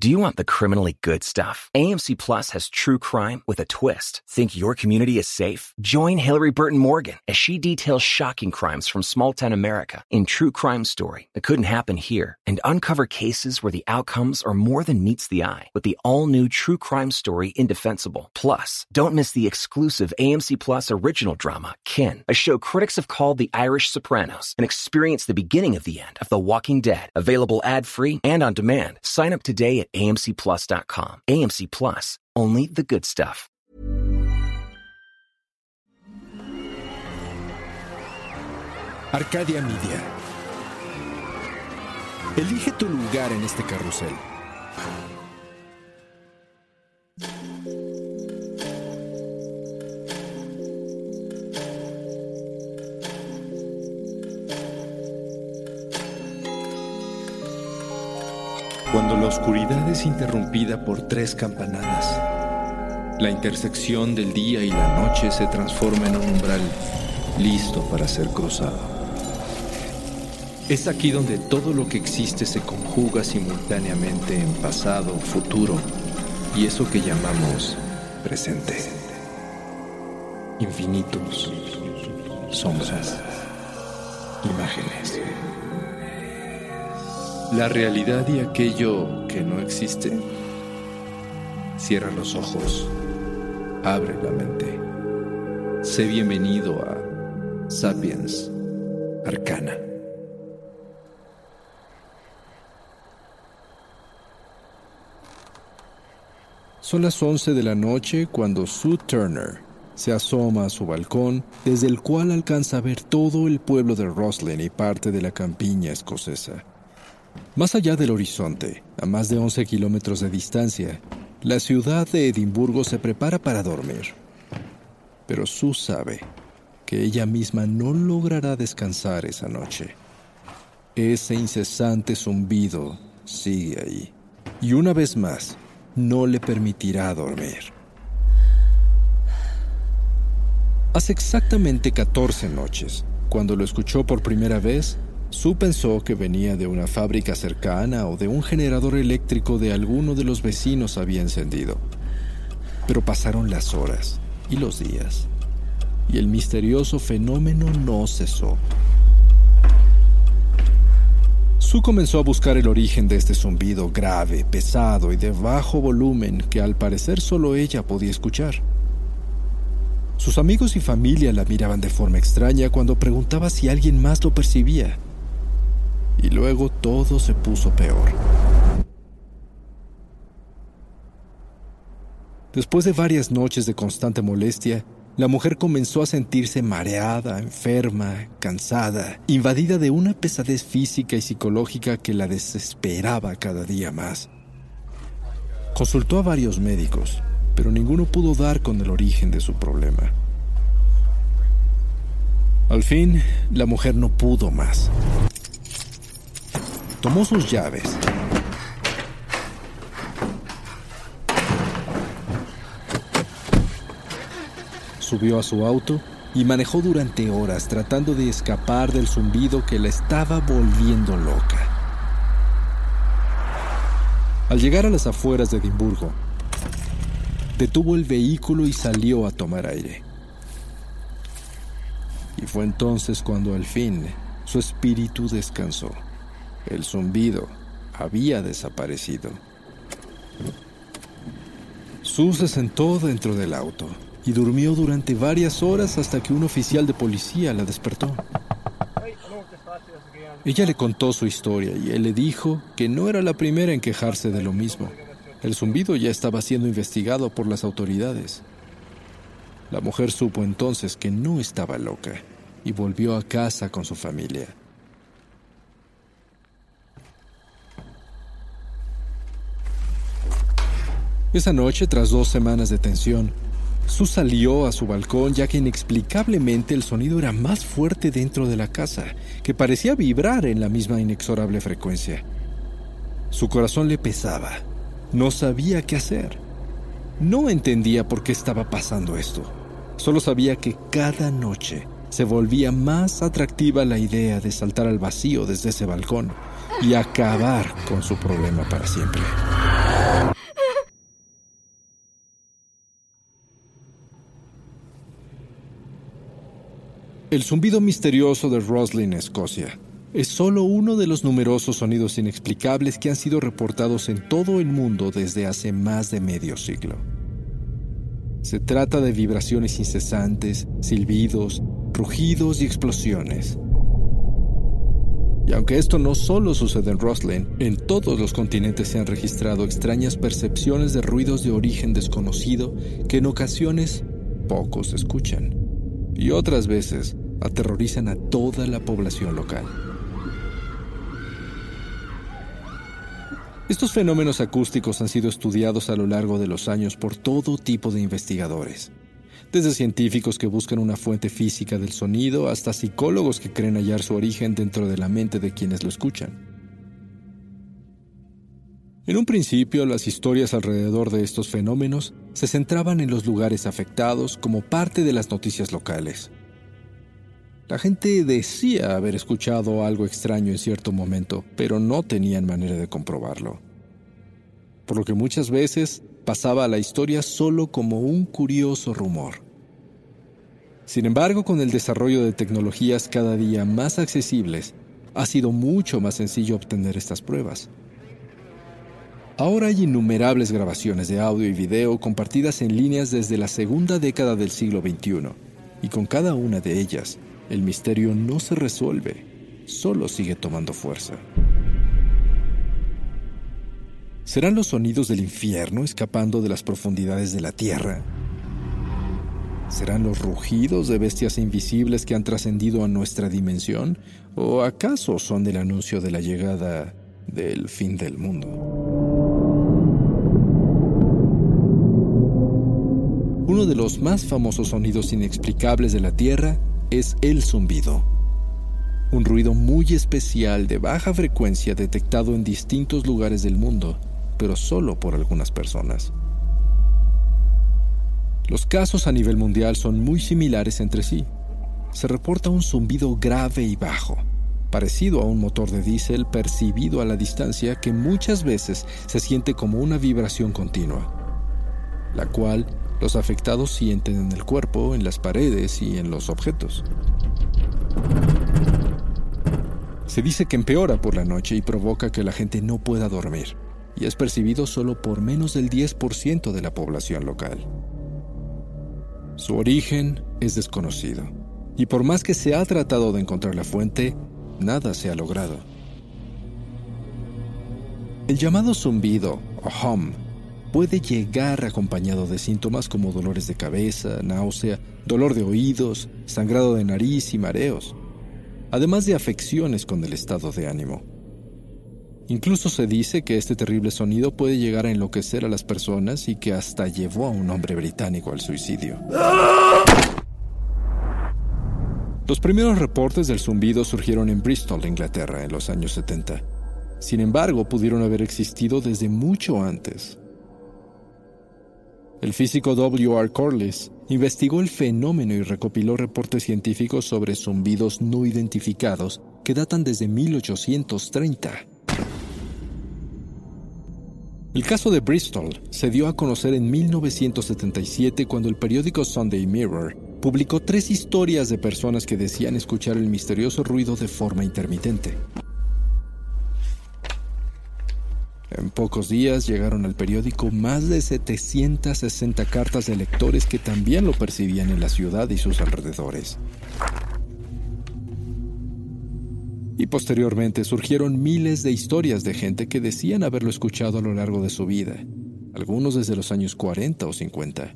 Do you want the criminally good stuff? AMC Plus has true crime with a twist. Think your community is safe? Join Hillary Burton Morgan as she details shocking crimes from small town America in True Crime Story that couldn't happen here, and uncover cases where the outcomes are more than meets the eye with the all-new True Crime Story Indefensible. Plus, don't miss the exclusive AMC Plus original drama, Kin, a show critics have called the Irish Sopranos, and experience the beginning of the end of The Walking Dead. Available ad-free and on demand. Sign up today at amcplus.com. AMC Plus, only the good stuff. Arcadia Media. Elige tu lugar en este carrusel. Cuando la oscuridad es interrumpida por 3 campanadas, la intersección del día y la noche se transforma en un umbral listo para ser cruzado. Es aquí donde todo lo que existe se conjuga simultáneamente en pasado, futuro y eso que llamamos presente. Infinitos, sombras, imágenes. La realidad y aquello que no existe. Cierra los ojos, abre la mente. Sé bienvenido a Sapiens Arcana. Son las 11 de la noche cuando Sue Turner se asoma a su balcón, desde el cual alcanza a ver todo el pueblo de Roslyn y parte de la campiña escocesa. Más allá del horizonte, a más de 11 kilómetros de distancia, la ciudad de Edimburgo se prepara para dormir. Pero Sue sabe que ella misma no logrará descansar esa noche. Ese incesante zumbido sigue ahí, y una vez más, no le permitirá dormir. Hace exactamente 14 noches, cuando lo escuchó por primera vez, Sue pensó que venía de una fábrica cercana o de un generador eléctrico de alguno de los vecinos había encendido. Pero pasaron las horas y los días, y el misterioso fenómeno no cesó. Sue comenzó a buscar el origen de este zumbido grave, pesado y de bajo volumen que al parecer solo ella podía escuchar. Sus amigos y familia la miraban de forma extraña cuando preguntaba si alguien más lo percibía. Y luego todo se puso peor. Después de varias noches de constante molestia, la mujer comenzó a sentirse mareada, enferma, cansada, invadida de una pesadez física y psicológica que la desesperaba cada día más. Consultó a varios médicos, pero ninguno pudo dar con el origen de su problema. Al fin, la mujer no pudo más. Tomó sus llaves, subió a su auto y manejó durante horas tratando de escapar del zumbido que la estaba volviendo loca. Al llegar a las afueras de Edimburgo, detuvo el vehículo y salió a tomar aire. Y fue entonces cuando al fin su espíritu descansó. El zumbido había desaparecido. Sue se sentó dentro del auto y durmió durante varias horas hasta que un oficial de policía la despertó. Ella le contó su historia y él le dijo que no era la primera en quejarse de lo mismo. El zumbido ya estaba siendo investigado por las autoridades. La mujer supo entonces que no estaba loca y volvió a casa con su familia. Esa noche, tras 2 semanas de tensión, Sue salió a su balcón ya que inexplicablemente el sonido era más fuerte dentro de la casa, que parecía vibrar en la misma inexorable frecuencia. Su corazón le pesaba. No sabía qué hacer. No entendía por qué estaba pasando esto. Solo sabía que cada noche se volvía más atractiva la idea de saltar al vacío desde ese balcón y acabar con su problema para siempre. El zumbido misterioso de Roslin, Escocia, es solo uno de los numerosos sonidos inexplicables que han sido reportados en todo el mundo desde hace más de medio siglo. Se trata de vibraciones incesantes, silbidos, rugidos y explosiones. Y aunque esto no solo sucede en Roslin, en todos los continentes se han registrado extrañas percepciones de ruidos de origen desconocido que en ocasiones pocos escuchan y otras veces aterrorizan a toda la población local. Estos fenómenos acústicos han sido estudiados a lo largo de los años por todo tipo de investigadores, desde científicos que buscan una fuente física del sonido hasta psicólogos que creen hallar su origen dentro de la mente de quienes lo escuchan. En un principio, las historias alrededor de estos fenómenos se centraban en los lugares afectados como parte de las noticias locales. La gente decía haber escuchado algo extraño en cierto momento, pero no tenían manera de comprobarlo. Por lo que muchas veces pasaba a la historia solo como un curioso rumor. Sin embargo, con el desarrollo de tecnologías cada día más accesibles, ha sido mucho más sencillo obtener estas pruebas. Ahora hay innumerables grabaciones de audio y video compartidas en líneas desde la segunda década del siglo XXI, y con cada una de ellas, el misterio no se resuelve, solo sigue tomando fuerza. ¿Serán los sonidos del infierno escapando de las profundidades de la tierra? ¿Serán los rugidos de bestias invisibles que han trascendido a nuestra dimensión? ¿O acaso son el anuncio de la llegada del fin del mundo? Uno de los más famosos sonidos inexplicables de la Tierra es el zumbido. Un ruido muy especial de baja frecuencia detectado en distintos lugares del mundo, pero solo por algunas personas. Los casos a nivel mundial son muy similares entre sí. Se reporta un zumbido grave y bajo, parecido a un motor de diésel percibido a la distancia que muchas veces se siente como una vibración continua, la cual los afectados sienten en el cuerpo, en las paredes y en los objetos. Se dice que empeora por la noche y provoca que la gente no pueda dormir, y es percibido solo por menos del 10% de la población local. Su origen es desconocido, y por más que se ha tratado de encontrar la fuente, nada se ha logrado. El llamado zumbido, o hum, puede llegar acompañado de síntomas como dolores de cabeza, náusea, dolor de oídos, sangrado de nariz y mareos, además de afecciones con el estado de ánimo. Incluso se dice que este terrible sonido puede llegar a enloquecer a las personas y que hasta llevó a un hombre británico al suicidio. Los primeros reportes del zumbido surgieron en Bristol, Inglaterra, en los años 70. Sin embargo, pudieron haber existido desde mucho antes. El físico W.R. Corliss investigó el fenómeno y recopiló reportes científicos sobre zumbidos no identificados que datan desde 1830. El caso de Bristol se dio a conocer en 1977 cuando el periódico Sunday Mirror publicó 3 historias de personas que decían escuchar el misterioso ruido de forma intermitente. En pocos días llegaron al periódico más de 760 cartas de lectores que también lo percibían en la ciudad y sus alrededores. Y posteriormente surgieron miles de historias de gente que decían haberlo escuchado a lo largo de su vida, algunos desde los años 40 o 50.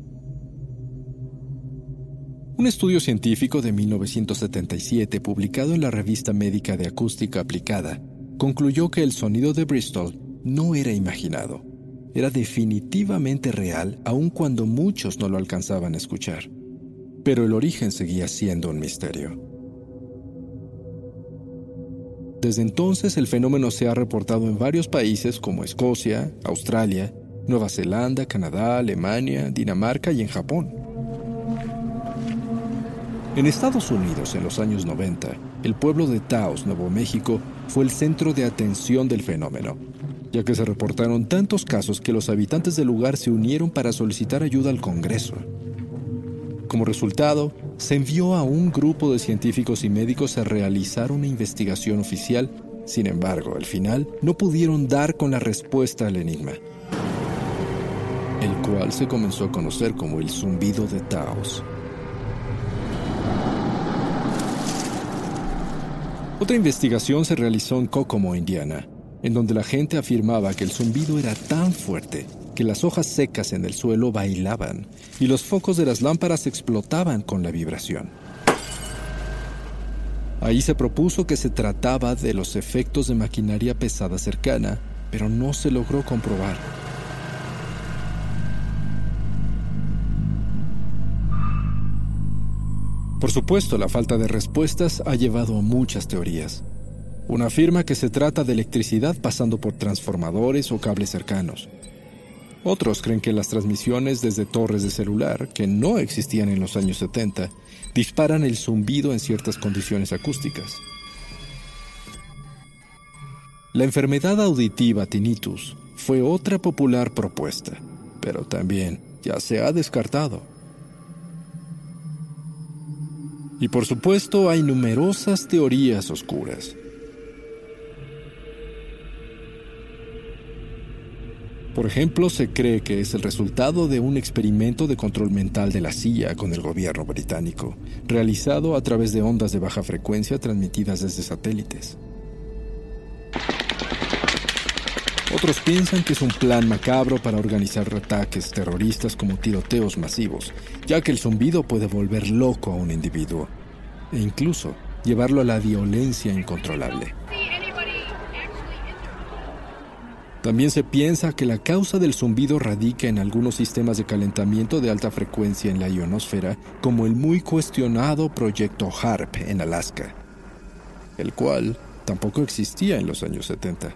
Un estudio científico de 1977 publicado en la revista médica de acústica aplicada concluyó que el sonido de Bristol no era imaginado, era definitivamente real, aun cuando muchos no lo alcanzaban a escuchar. Pero el origen seguía siendo un misterio. Desde entonces, el fenómeno se ha reportado en varios países como Escocia, Australia, Nueva Zelanda, Canadá, Alemania, Dinamarca y en Japón. En Estados Unidos, en los años 90, el pueblo de Taos, Nuevo México, fue el centro de atención del fenómeno, ya que se reportaron tantos casos que los habitantes del lugar se unieron para solicitar ayuda al Congreso. Como resultado, se envió a un grupo de científicos y médicos a realizar una investigación oficial. Sin embargo, al final no pudieron dar con la respuesta al enigma, el cual se comenzó a conocer como el zumbido de Taos. Otra investigación se realizó en Kokomo, Indiana, en donde la gente afirmaba que el zumbido era tan fuerte que las hojas secas en el suelo bailaban y los focos de las lámparas explotaban con la vibración. Ahí se propuso que se trataba de los efectos de maquinaria pesada cercana, pero no se logró comprobar. Por supuesto, la falta de respuestas ha llevado a muchas teorías. Una afirma que se trata de electricidad pasando por transformadores o cables cercanos. Otros creen que las transmisiones desde torres de celular, que no existían en los años 70, disparan el zumbido en ciertas condiciones acústicas. La enfermedad auditiva tinnitus fue otra popular propuesta, pero también ya se ha descartado. Y por supuesto hay numerosas teorías oscuras. Por ejemplo, se cree que es el resultado de un experimento de control mental de la CIA con el gobierno británico, realizado a través de ondas de baja frecuencia transmitidas desde satélites. Otros piensan que es un plan macabro para organizar ataques terroristas como tiroteos masivos, ya que el zumbido puede volver loco a un individuo e incluso llevarlo a la violencia incontrolable. También se piensa que la causa del zumbido radica en algunos sistemas de calentamiento de alta frecuencia en la ionosfera, como el muy cuestionado proyecto HAARP en Alaska, el cual tampoco existía en los años 70.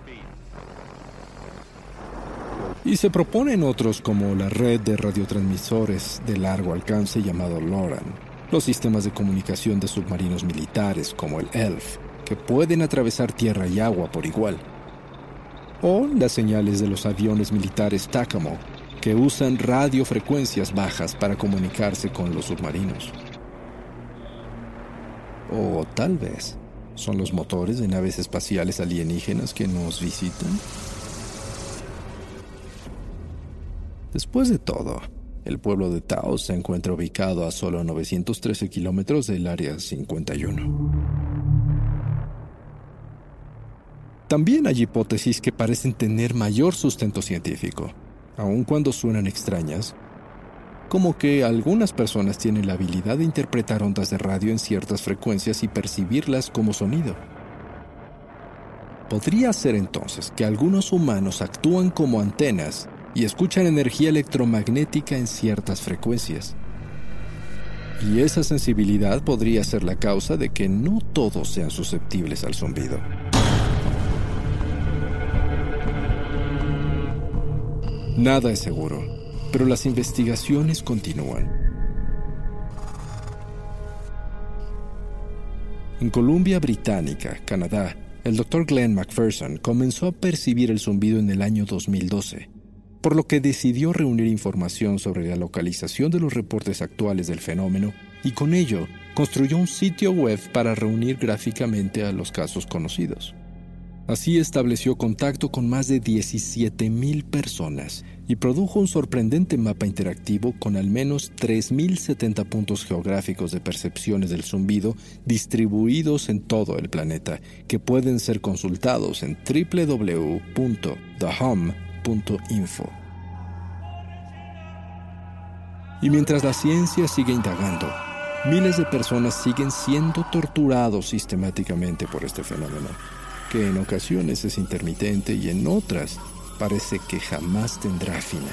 Y se proponen otros como la red de radiotransmisores de largo alcance llamado LORAN, los sistemas de comunicación de submarinos militares como el ELF, que pueden atravesar tierra y agua por igual, o las señales de los aviones militares TACAMO, que usan radiofrecuencias bajas para comunicarse con los submarinos. O tal vez son los motores de naves espaciales alienígenas que nos visitan. Después de todo, el pueblo de Taos se encuentra ubicado a solo 913 kilómetros del Área 51. También hay hipótesis que parecen tener mayor sustento científico, aun cuando suenan extrañas, como que algunas personas tienen la habilidad de interpretar ondas de radio en ciertas frecuencias y percibirlas como sonido. Podría ser entonces que algunos humanos actúan como antenas y escuchan energía electromagnética en ciertas frecuencias. Y esa sensibilidad podría ser la causa de que no todos sean susceptibles al zumbido. Nada es seguro, pero las investigaciones continúan. En Columbia Británica, Canadá, el Dr. Glenn McPherson comenzó a percibir el zumbido en el año 2012, por lo que decidió reunir información sobre la localización de los reportes actuales del fenómeno y con ello construyó un sitio web para reunir gráficamente a los casos conocidos. Así estableció contacto con más de 17,000 personas y produjo un sorprendente mapa interactivo con al menos 3,070 puntos geográficos de percepciones del zumbido distribuidos en todo el planeta, que pueden ser consultados en www.thehum.info. Y mientras la ciencia sigue indagando, miles de personas siguen siendo torturados sistemáticamente por este fenómeno, que en ocasiones es intermitente y en otras parece que jamás tendrá final.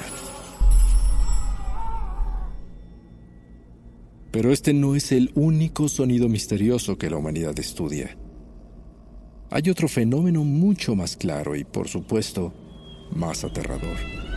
Pero este no es el único sonido misterioso que la humanidad estudia. Hay otro fenómeno mucho más claro y, por supuesto, más aterrador.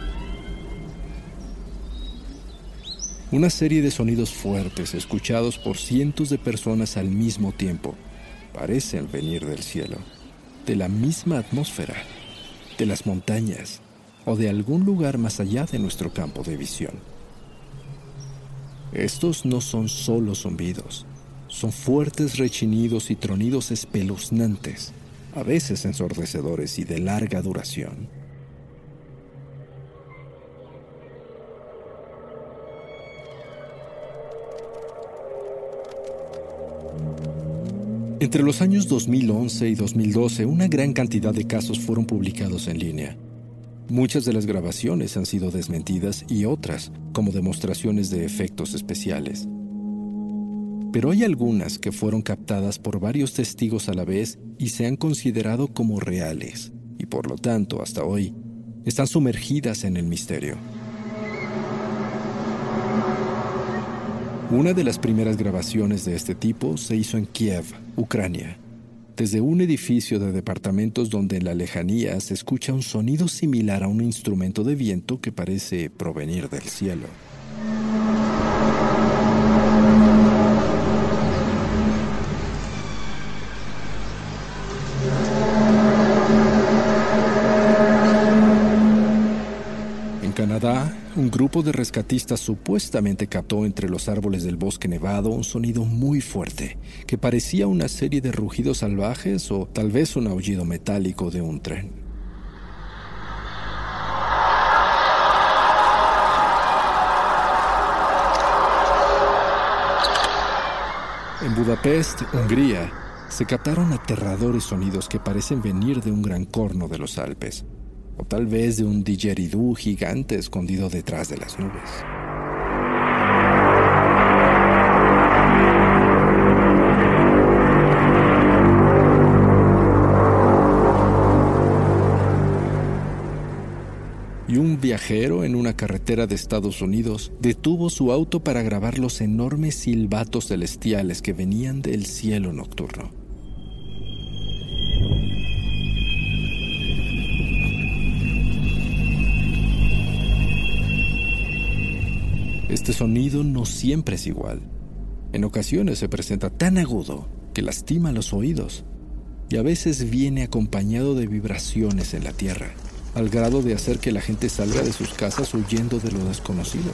Una serie de sonidos fuertes escuchados por cientos de personas al mismo tiempo parecen venir del cielo, de la misma atmósfera, de las montañas o de algún lugar más allá de nuestro campo de visión. Estos no son solo zumbidos, son fuertes rechinidos y tronidos espeluznantes, a veces ensordecedores y de larga duración. Entre los años 2011 y 2012, una gran cantidad de casos fueron publicados en línea. Muchas de las grabaciones han sido desmentidas y otras como demostraciones de efectos especiales. Pero hay algunas que fueron captadas por varios testigos a la vez y se han considerado como reales, y por lo tanto, hasta hoy, están sumergidas en el misterio. Una de las primeras grabaciones de este tipo se hizo en Kiev, Ucrania, desde un edificio de departamentos donde en la lejanía se escucha un sonido similar a un instrumento de viento que parece provenir del cielo. En Canadá, un grupo de rescatistas supuestamente captó entre los árboles del bosque nevado un sonido muy fuerte, que parecía una serie de rugidos salvajes o tal vez un aullido metálico de un tren. En Budapest, Hungría, se captaron aterradores sonidos que parecen venir de un gran corno de los Alpes, o tal vez de un didgeridoo gigante escondido detrás de las nubes. Y un viajero en una carretera de Estados Unidos detuvo su auto para grabar los enormes silbatos celestiales que venían del cielo nocturno. Este sonido no siempre es igual. En ocasiones se presenta tan agudo que lastima los oídos y a veces viene acompañado de vibraciones en la tierra, al grado de hacer que la gente salga de sus casas huyendo de lo desconocido.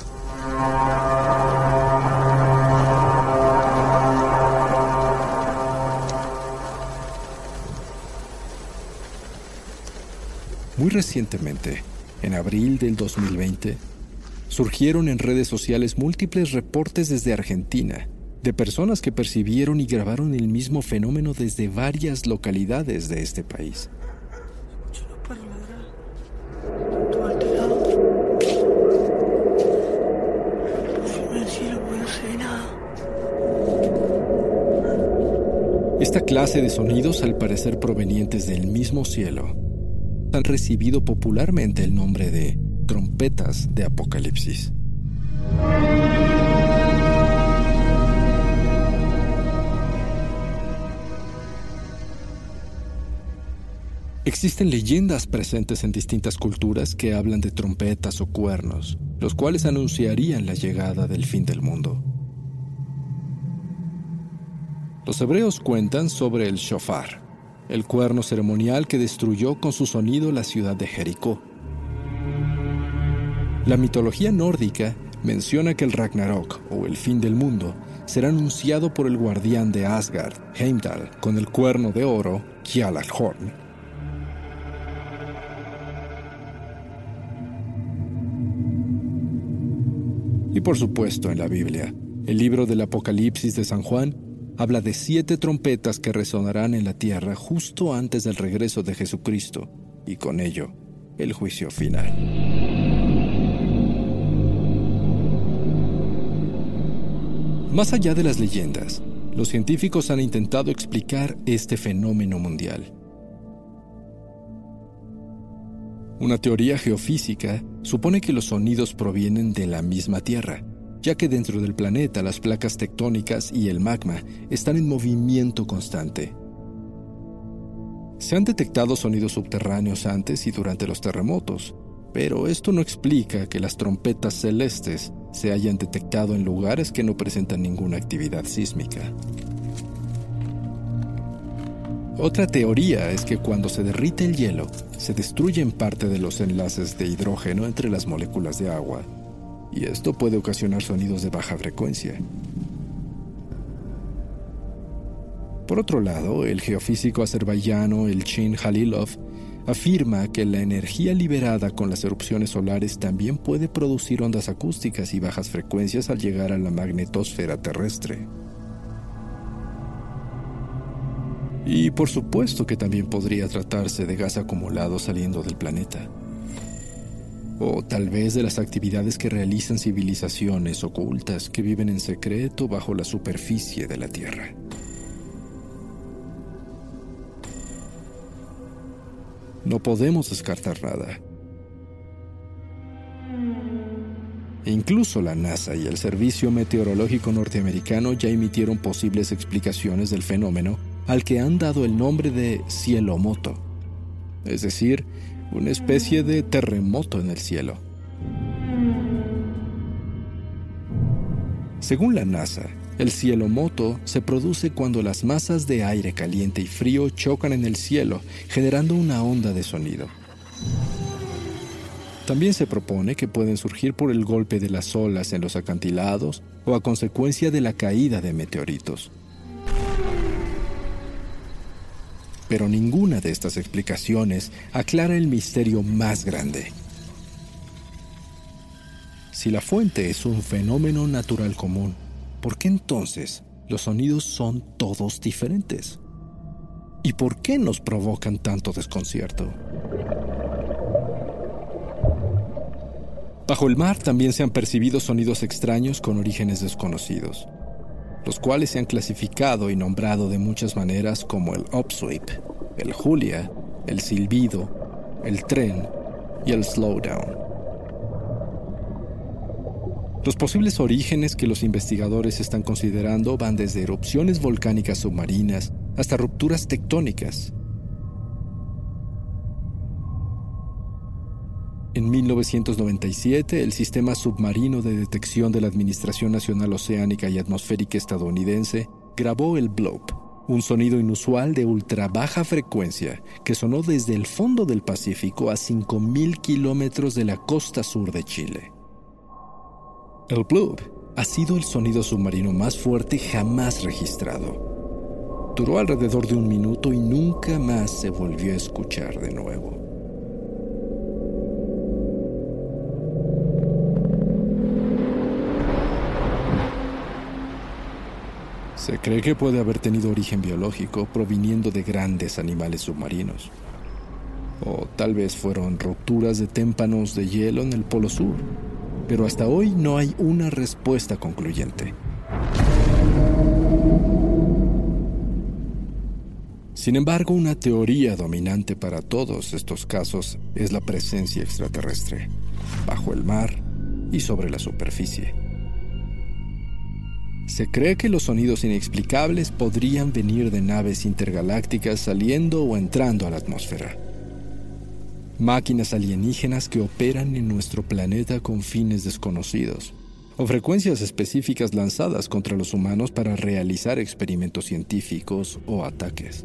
Muy recientemente, en abril del 2020, surgieron en redes sociales múltiples reportes desde Argentina de personas que percibieron y grabaron el mismo fenómeno desde varias localidades de este país. Esta clase de sonidos, al parecer provenientes del mismo cielo, han recibido popularmente el nombre de trompetas de Apocalipsis. Existen leyendas presentes en distintas culturas que hablan de trompetas o cuernos, los cuales anunciarían la llegada del fin del mundo. Los hebreos cuentan sobre el shofar, el cuerno ceremonial que destruyó con su sonido la ciudad de Jericó. La mitología nórdica menciona que el Ragnarok, o el fin del mundo, será anunciado por el guardián de Asgard, Heimdall, con el cuerno de oro, Gjallarhorn. Y por supuesto, en la Biblia, el libro del Apocalipsis de San Juan habla de 7 trompetas que resonarán en la tierra justo antes del regreso de Jesucristo, y con ello, el juicio final. Más allá de las leyendas, los científicos han intentado explicar este fenómeno mundial. Una teoría geofísica supone que los sonidos provienen de la misma Tierra, ya que dentro del planeta las placas tectónicas y el magma están en movimiento constante. Se han detectado sonidos subterráneos antes y durante los terremotos, pero esto no explica que las trompetas celestes se hayan detectado en lugares que no presentan ninguna actividad sísmica. Otra teoría es que cuando se derrite el hielo, se destruyen parte de los enlaces de hidrógeno entre las moléculas de agua, y esto puede ocasionar sonidos de baja frecuencia. Por otro lado, el geofísico azerbaiyano Elchin Halilov afirma que la energía liberada con las erupciones solares también puede producir ondas acústicas y bajas frecuencias al llegar a la magnetosfera terrestre. Y por supuesto que también podría tratarse de gas acumulado saliendo del planeta. O tal vez de las actividades que realizan civilizaciones ocultas que viven en secreto bajo la superficie de la Tierra. No podemos descartar nada. Incluso la NASA y el Servicio Meteorológico Norteamericano ya emitieron posibles explicaciones del fenómeno al que han dado el nombre de cielomoto, es decir, una especie de terremoto en el cielo. Según la NASA, el cielomoto se produce cuando las masas de aire caliente y frío chocan en el cielo, generando una onda de sonido. También se propone que pueden surgir por el golpe de las olas en los acantilados o a consecuencia de la caída de meteoritos. Pero ninguna de estas explicaciones aclara el misterio más grande. Si la fuente es un fenómeno natural común, ¿por qué entonces los sonidos son todos diferentes? ¿Y por qué nos provocan tanto desconcierto? Bajo el mar también se han percibido sonidos extraños con orígenes desconocidos, los cuales se han clasificado y nombrado de muchas maneras como el upsweep, el Julia, el silbido, el tren y el slowdown. Los posibles orígenes que los investigadores están considerando van desde erupciones volcánicas submarinas hasta rupturas tectónicas. En 1997, el Sistema Submarino de Detección de la Administración Nacional Oceánica y Atmosférica estadounidense grabó el bloop, un sonido inusual de ultra baja frecuencia que sonó desde el fondo del Pacífico a 5.000 kilómetros de la costa sur de Chile. El bloop ha sido el sonido submarino más fuerte jamás registrado. Duró alrededor de 1 minuto y nunca más se volvió a escuchar de nuevo. Se cree que puede haber tenido origen biológico proviniendo de grandes animales submarinos. O tal vez fueron rupturas de témpanos de hielo en el Polo Sur. Pero hasta hoy no hay una respuesta concluyente. Sin embargo, una teoría dominante para todos estos casos es la presencia extraterrestre, bajo el mar y sobre la superficie. Se cree que los sonidos inexplicables podrían venir de naves intergalácticas saliendo o entrando a la atmósfera. Máquinas alienígenas que operan en nuestro planeta con fines desconocidos, o frecuencias específicas lanzadas contra los humanos para realizar experimentos científicos o ataques.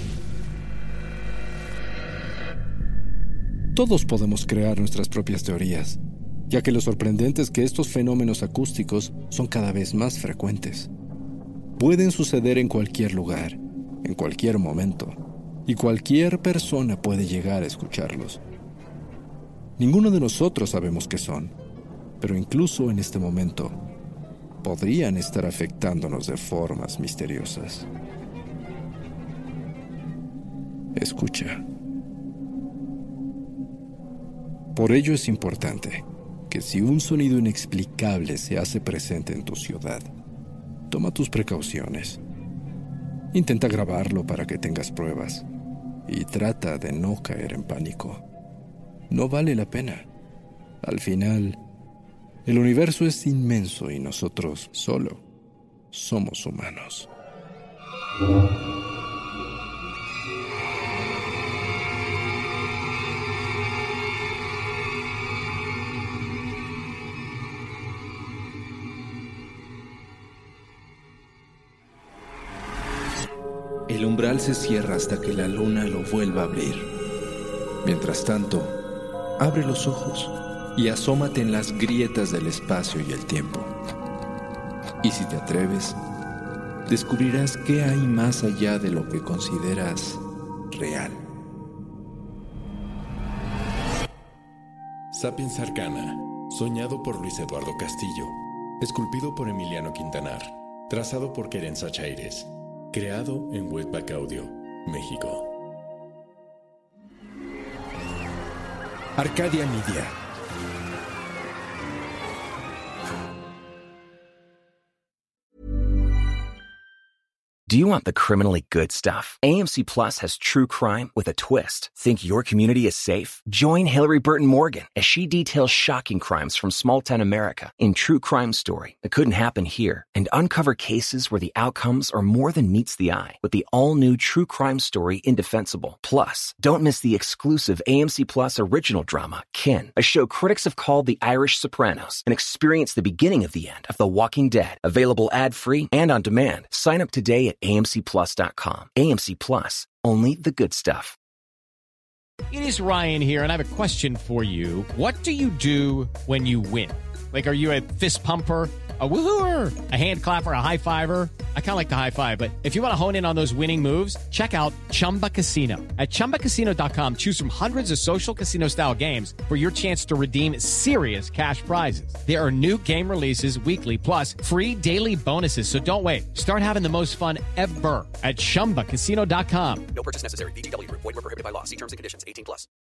Todos podemos crear nuestras propias teorías, ya que lo sorprendente es que estos fenómenos acústicos son cada vez más frecuentes. Pueden suceder en cualquier lugar, en cualquier momento, y cualquier persona puede llegar a escucharlos. Ninguno de nosotros sabemos qué son, pero incluso en este momento, podrían estar afectándonos de formas misteriosas. Escucha. Por ello es importante que si un sonido inexplicable se hace presente en tu ciudad, toma tus precauciones. Intenta grabarlo para que tengas pruebas y trata de no caer en pánico. No vale la pena. Al final, el universo es inmenso y nosotros solo somos humanos. El umbral se cierra hasta que la luna lo vuelva a abrir. Mientras tanto, abre los ojos y asómate en las grietas del espacio y el tiempo. Y si te atreves, descubrirás qué hay más allá de lo que consideras real. Sapiens Arcana, soñado por Luis Eduardo Castillo, esculpido por Emiliano Quintanar, trazado por Querenza Chaires, creado en Webback Audio, México. Arcadia Media. Do you want the criminally good stuff? AMC Plus has true crime with a twist. Think your community is safe? Join Hillary Burton Morgan as she details shocking crimes from small-town America in True Crime Story that couldn't happen here, and uncover cases where the outcomes are more than meets the eye with the all-new True Crime Story Indefensible. Plus, don't miss the exclusive AMC Plus original drama, Kin, a show critics have called the Irish Sopranos, and experience the beginning of the end of The Walking Dead. Available ad-free and on demand. Sign up today at AMCplus.com. AMC Plus, only the good stuff. It is Ryan here, and I have a question for you. What do you do when you win? Like, are you a fist pumper, a woohooer, a hand clapper, a high fiver? I kind of like the high five, but if you want to hone in on those winning moves, check out Chumba Casino. At ChumbaCasino.com, choose from hundreds of social casino-style games for your chance to redeem serious cash prizes. There are new game releases weekly, plus free daily bonuses, so don't wait. Start having the most fun ever at ChumbaCasino.com. No purchase necessary. VGW Group. Void where prohibited by law. See terms and conditions. 18+.